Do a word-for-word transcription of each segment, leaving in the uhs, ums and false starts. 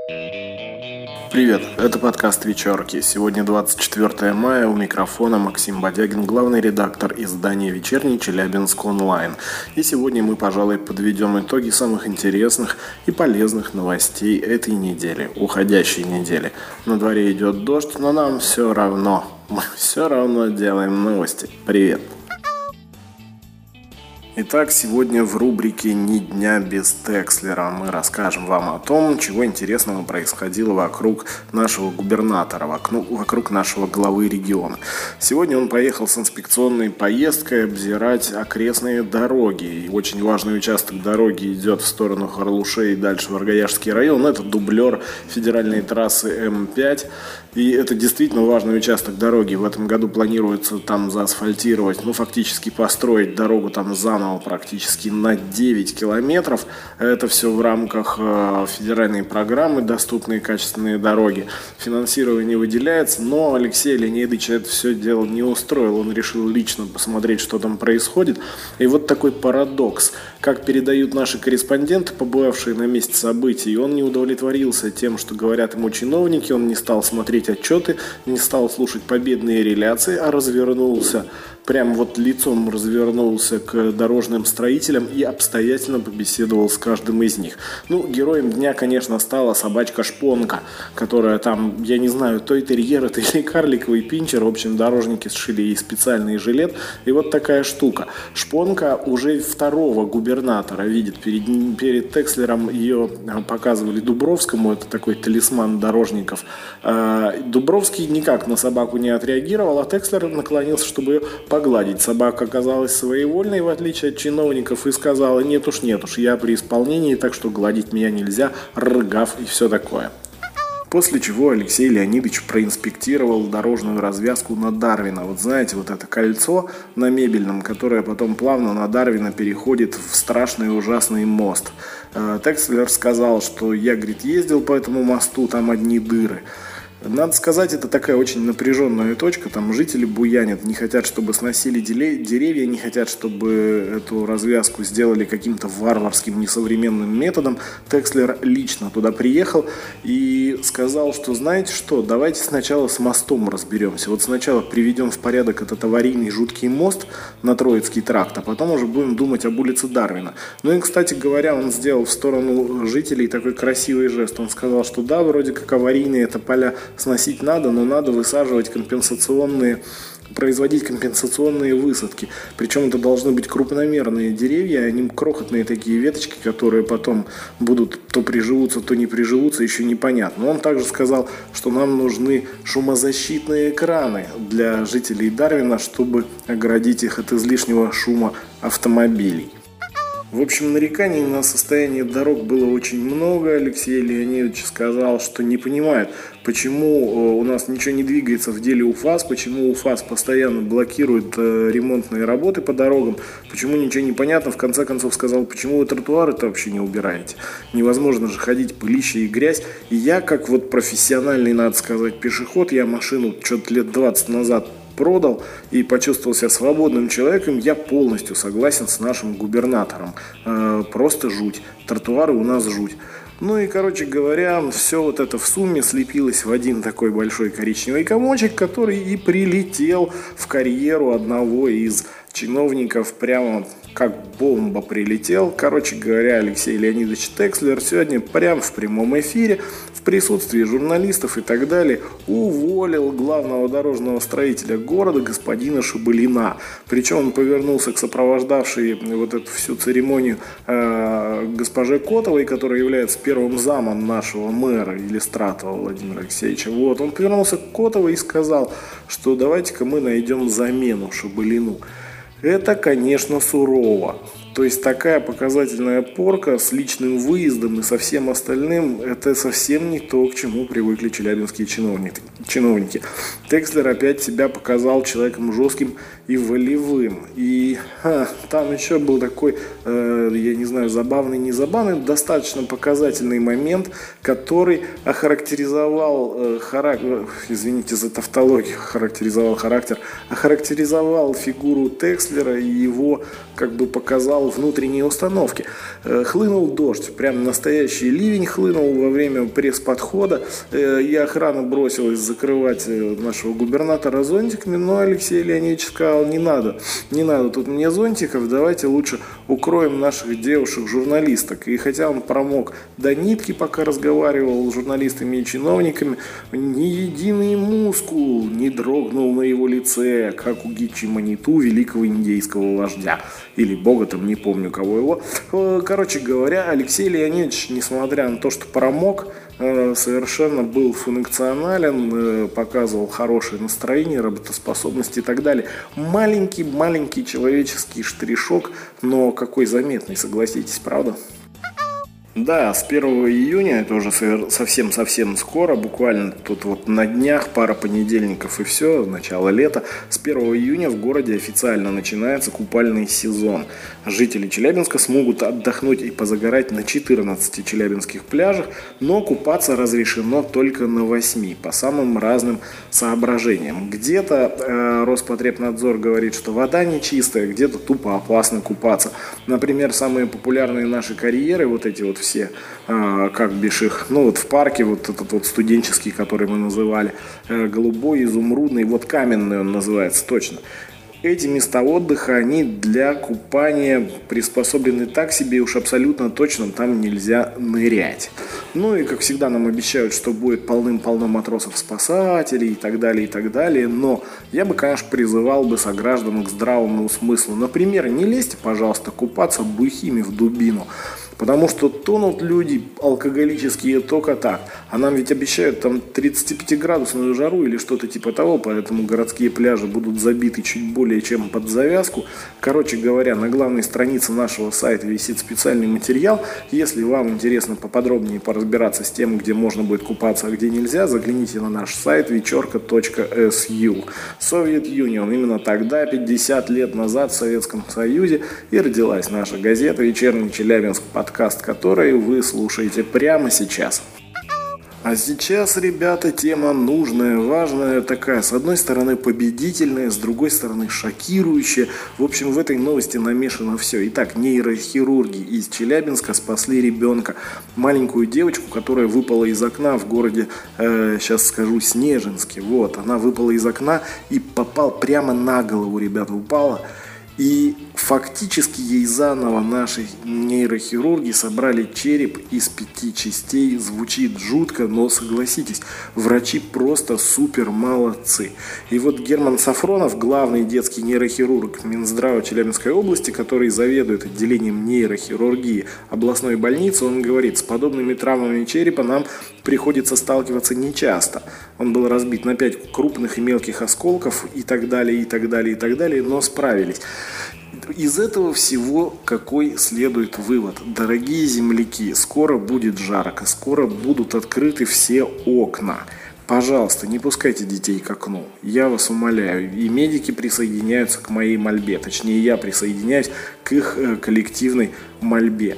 Привет, это подкаст «Вечерки». Сегодня двадцать четвёртое мая, у микрофона Максим Бодягин, главный редактор издания «Вечерний Челябинск онлайн». И сегодня мы, пожалуй, подведем итоги самых интересных и полезных новостей этой недели, уходящей недели. На дворе идет дождь, но нам все равно, мы все равно делаем новости. Привет! Итак, сегодня в рубрике «Ни дня без Текслера» мы расскажем вам о том, чего интересного происходило вокруг нашего губернатора, вокруг нашего главы региона. Сегодня он поехал с инспекционной поездкой обзирать окрестные дороги. И очень важный участок дороги идет в сторону Харлушей и дальше в Аргаяшский район. Это дублер федеральной трассы эм пять. И это действительно важный участок дороги. В этом году планируется там заасфальтировать, ну фактически построить дорогу там заново практически на девять километров. Это все в рамках э, федеральной программы «Доступные качественные дороги». Финансирование выделяется, но Алексей Леонидович это все дело не устроил. Он решил лично посмотреть, что там происходит. И вот такой парадокс. Как передают наши корреспонденты, побывавшие на месте событий, он не удовлетворился тем, что говорят ему чиновники, он не стал смотреть отчеты, не стал слушать победные реляции, а развернулся, прям вот лицом развернулся к дорожным строителям и обстоятельно побеседовал с каждым из них. Ну, героем дня, конечно, стала собачка Шпонка, которая там, я не знаю, то и терьер, это или карликовый пинчер, в общем, дорожники сшили ей специальный жилет, и вот такая штука. Шпонка уже второго губернатора видит, перед, перед Текслером ее показывали Дубровскому, это такой талисман дорожников. Дубровский никак на собаку не отреагировал, а Текслер наклонился, чтобы ее погладить. Собака оказалась своевольной, в отличие от чиновников, и сказала: нет уж, нет уж, я при исполнении, так что гладить меня нельзя, рыгав и все такое. После чего Алексей Леонидович проинспектировал дорожную развязку на Дарвина. Вот знаете, вот это кольцо на Мебельном, которое потом плавно на Дарвина переходит в страшный ужасный мост. Текслер сказал, что я, говорит, ездил по этому мосту, там одни дыры. Надо сказать, это такая очень напряженная точка, там жители буянят, не хотят, чтобы сносили деревья, не хотят, чтобы эту развязку сделали каким-то варварским, несовременным методом. Текслер лично туда приехал и сказал, что знаете что, давайте сначала с мостом разберемся. Вот сначала приведем в порядок этот аварийный жуткий мост на Троицкий тракт, а потом уже будем думать об улице Дарвина. Ну и, кстати говоря, он сделал в сторону жителей такой красивый жест. Он сказал, что да, вроде как аварийные это поля сносить надо, но надо высаживать компенсационные, производить компенсационные высадки. Причем это должны быть крупномерные деревья, а не крохотные такие веточки, которые потом будут то приживутся, то не приживутся, еще непонятно. Но он также сказал, что нам нужны шумозащитные экраны для жителей Дарвина, чтобы оградить их от излишнего шума автомобилей. В общем, нареканий на состояние дорог было очень много. Алексей Леонидович сказал, что не понимает, почему у нас ничего не двигается в деле УФАС, почему УФАС постоянно блокирует ремонтные работы по дорогам, почему ничего не понятно. В конце концов сказал, почему вы тротуары-то вообще не убираете. Невозможно же ходить пылище и грязь. И я, как вот профессиональный, надо сказать, пешеход, я машину что-то лет двадцать назад продал и почувствовал себя свободным человеком, я полностью согласен с нашим губернатором. Э, просто жуть. Тротуары у нас жуть. Ну и, короче говоря, все вот это в сумме слепилось в один такой большой коричневый комочек, который и прилетел в карьеру одного из чиновников, прямо как бомба прилетел. Короче говоря, Алексей Леонидович Текслер сегодня прямо в прямом эфире, в присутствии журналистов и так далее, уволил главного дорожного строителя города господина Шабалина. Причем он повернулся к сопровождавшей вот эту всю церемонию э, госпоже Котовой, которая является первым замом нашего мэра Елистратова Владимира Алексеевича. Вот, он повернулся к Котовой и сказал, что давайте-ка мы найдем замену Шабалину. Это, конечно, сурово. То есть такая показательная порка с личным выездом и со всем остальным, это совсем не то, к чему привыкли челябинские чиновники. чиновники. Текслер опять себя показал человеком жестким и волевым. И ха, там еще был такой, э, я не знаю, забавный, не забавный, достаточно показательный момент, который охарактеризовал э, характер, извините за тавтологию, характеризовал характер, охарактеризовал фигуру Текслера и его как бы показал сломал внутренние установки. Хлынул дождь, прям настоящий ливень хлынул во время пресс-подхода. И охрана бросилась закрывать нашего губернатора зонтиками, но Алексей Леонидович сказал: не надо, не надо тут мне зонтиков, давайте лучше укроем наших девушек-журналисток. И хотя он промок до нитки, пока разговаривал с журналистами и чиновниками, ни единый мускул не дрогнул на его лице, как у Гичи Маниту, великого индейского вождя. Или бога там, не помню кого его. Короче говоря, Алексей Леонидович, несмотря на то, что промок, совершенно был функционален, показывал хорошее настроение, работоспособность и так далее. Маленький-маленький человеческий штришок, но какой заметный, согласитесь, правда? Да, с первого июня, это уже совсем-совсем скоро, буквально тут вот на днях, пара понедельников и все, начало лета. С первого июня в городе официально начинается купальный сезон. Жители Челябинска смогут отдохнуть и позагорать на четырнадцати челябинских пляжах, но купаться разрешено только на восьми, по самым разным соображениям. Где-то э, Роспотребнадзор говорит, что вода нечистая, где-то тупо опасно купаться. Например, самые популярные наши карьеры, вот эти вот все, э, как бишь их, ну вот в парке, вот этот вот студенческий, который мы называли, э, голубой, изумрудный, вот каменный он называется точно. Эти места отдыха, они для купания приспособлены так себе, уж абсолютно точно там нельзя нырять. Ну и, как всегда, нам обещают, что будет полным-полно матросов-спасателей и так далее, и так далее. Но я бы, конечно, призывал бы сограждан к здравому смыслу. Например, не лезьте, пожалуйста, купаться бухими в дубину. Потому что тонут люди алкоголические только так. А нам ведь обещают там тридцатипятиградусную жару или что-то типа того. Поэтому городские пляжи будут забиты чуть более чем под завязку. Короче говоря, на главной странице нашего сайта висит специальный материал. Если вам интересно поподробнее поразбираться с тем, где можно будет купаться, а где нельзя, загляните на наш сайт вечерка точка эс ю. Soviet Union. Именно тогда, пятьдесят лет назад, в Советском Союзе и родилась наша газета «Вечерний Челябинск», подкаст, который вы слушаете прямо сейчас. А сейчас, ребята, тема нужная, важная такая. С одной стороны победительная, с другой стороны шокирующая. В общем, в этой новости намешано все. Итак, нейрохирурги из Челябинска спасли ребенка. Маленькую девочку, которая выпала из окна в городе, э, сейчас скажу, Снежинске. Вот, она выпала из окна и попала прямо на голову, ребята, упала. И фактически ей заново наши нейрохирурги собрали череп из пяти частей. Звучит жутко, но согласитесь, врачи просто супер молодцы. И вот Герман Сафронов, главный детский нейрохирург Минздрава Челябинской области, который заведует отделением нейрохирургии областной больницы, он говорит: с подобными травмами черепа нам приходится сталкиваться нечасто. Он был разбит на пять крупных и мелких осколков и так далее, и так далее, и так далее, но справились. Из этого всего какой следует вывод? Дорогие земляки, скоро будет жарко, скоро будут открыты все окна. Пожалуйста, не пускайте детей к окну. Я вас умоляю. И медики присоединяются к моей мольбе. Точнее, я присоединяюсь к их коллективной мольбе.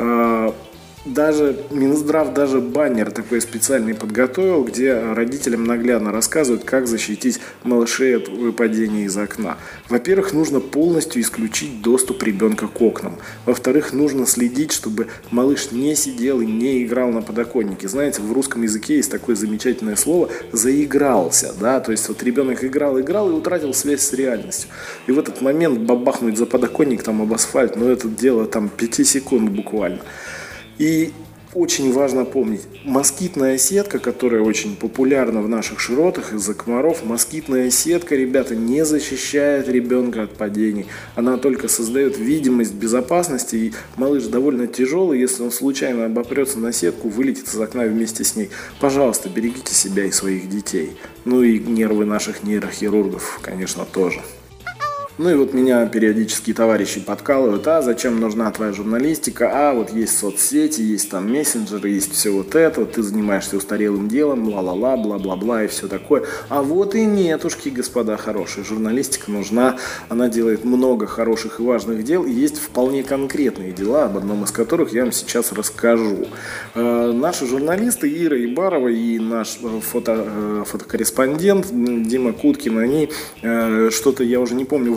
Даже Минздрав даже баннер такой специальный подготовил, где родителям наглядно рассказывают, как защитить малышей от выпадения из окна. Во-первых, нужно полностью исключить доступ ребенка к окнам. Во-вторых, нужно следить, чтобы малыш не сидел и не играл на подоконнике. Знаете, в русском языке есть такое замечательное слово «заигрался». Да? То есть вот ребенок играл-играл и утратил связь с реальностью. И в этот момент бабахнуть за подоконник там об асфальт, ну это дело там пяти секунд буквально. И очень важно помнить, москитная сетка, которая очень популярна в наших широтах из-за комаров, москитная сетка, ребята, не защищает ребенка от падений. Она только создает видимость безопасности, и малыш довольно тяжелый, если он случайно обопрется на сетку, вылетит из окна вместе с ней. Пожалуйста, берегите себя и своих детей. Ну и нервы наших нейрохирургов, конечно, тоже. Ну и вот меня периодически товарищи подкалывают: а зачем нужна твоя журналистика, а вот есть соцсети, есть там мессенджеры, есть все вот это, вот ты занимаешься устарелым делом, ла-ла-ла, бла-бла-бла и все такое. А вот и нетушки, господа хорошие, журналистика нужна, она делает много хороших и важных дел, и есть вполне конкретные дела, об одном из которых я вам сейчас расскажу. Э, наши журналисты Ира Ибарова и наш фото, э, фотокорреспондент Дима Куткин, они э, что-то, я уже не помню,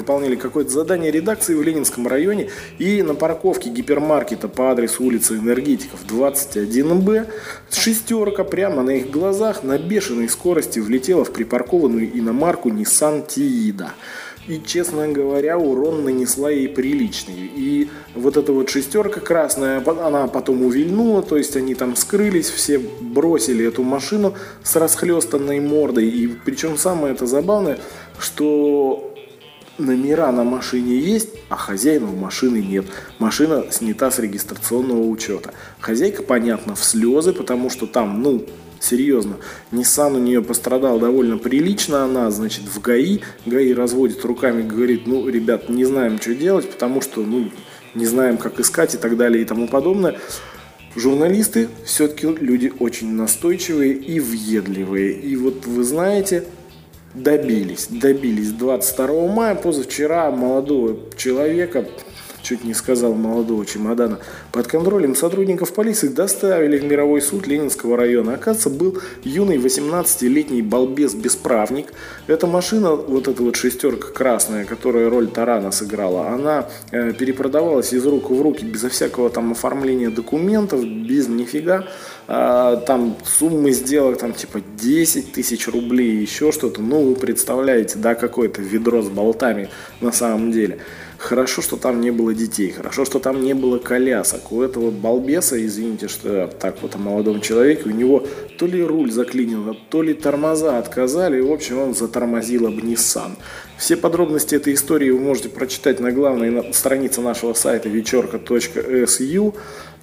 выполняли какое-то задание редакции в Ленинском районе, и на парковке гипермаркета по адресу улицы Энергетиков двадцать один Б шестерка прямо на их глазах на бешеной скорости влетела в припаркованную иномарку Nissan Tiida. И, честно говоря, урон нанесла ей приличный. И вот эта вот шестерка красная, она потом увильнула, то есть они там скрылись, все бросили эту машину с расхлестанной мордой. И причем самое это забавное, что номера на машине есть, а хозяина у машины нет. Машина снята с регистрационного учета. Хозяйка, понятно, в слезы, потому что там, ну... Серьезно, Nissan у нее пострадал довольно прилично, она, значит, в ГАИ, ГАИ разводит руками, говорит, ну, ребят, не знаем, что делать, потому что, ну, не знаем, как искать и так далее и тому подобное. Журналисты все-таки люди очень настойчивые и въедливые, и вот вы знаете, добились, добились двадцать второго мая, позавчера молодого человека... чуть не сказал молодого чемодана, под контролем сотрудников полиции доставили в мировой суд Ленинского района. Оказывается, был юный восемнадцатилетний балбес-бесправник. Эта машина, вот эта вот шестерка красная, которая роль тарана сыграла, она э, перепродавалась из рук в руки безо всякого там оформления документов, без нифига. А, там суммы сделок там типа десять тысяч рублей, еще что-то. Ну, вы представляете, да, какое-то ведро с болтами на самом деле. Хорошо, что там не было детей, хорошо, что там не было колясок. У этого балбеса, извините, что я так вот о молодом человеке, у него то ли руль заклинило, то ли тормоза отказали, и, в общем, он затормозил об Nissan. Все подробности этой истории вы можете прочитать на главной странице нашего сайта вечерка точка эс ю.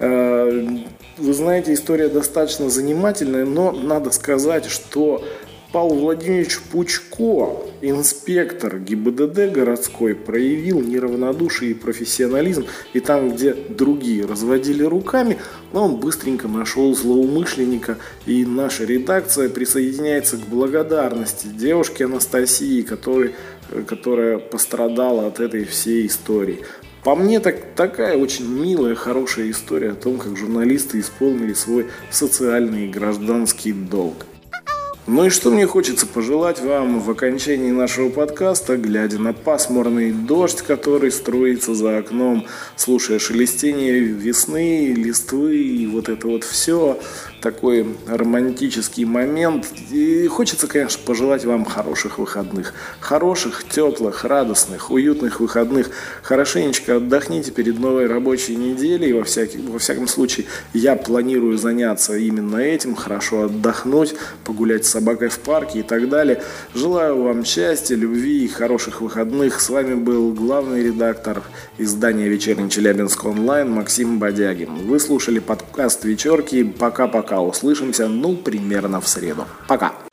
Вы знаете, история достаточно занимательная, но надо сказать, что Павел Владимирович Пучко, инспектор ГИБДД городской, проявил неравнодушие и профессионализм. И там, где другие разводили руками, он быстренько нашел злоумышленника. И наша редакция присоединяется к благодарности девушке Анастасии, который, которая пострадала от этой всей истории. По мне, так, такая очень милая, хорошая история о том, как журналисты исполнили свой социальный и гражданский долг. Ну и что мне хочется пожелать вам в окончании нашего подкаста, глядя на пасмурный дождь, который струится за окном, слушая шелестение весны, листвы и вот это вот все, такой романтический момент. И хочется, конечно, пожелать вам хороших выходных, хороших, теплых, радостных, уютных выходных. Хорошенечко отдохните перед новой рабочей неделей. Во, всякий, во всяком случае, я планирую заняться именно этим, хорошо отдохнуть, погулять с собакой в парке и так далее. Желаю вам счастья, любви и хороших выходных. С вами был главный редактор издания «Вечерний Челябинск онлайн» Максим Бодягин. Вы слушали подкаст «Вечерки». Пока-пока. Услышимся, ну, примерно в среду. Пока.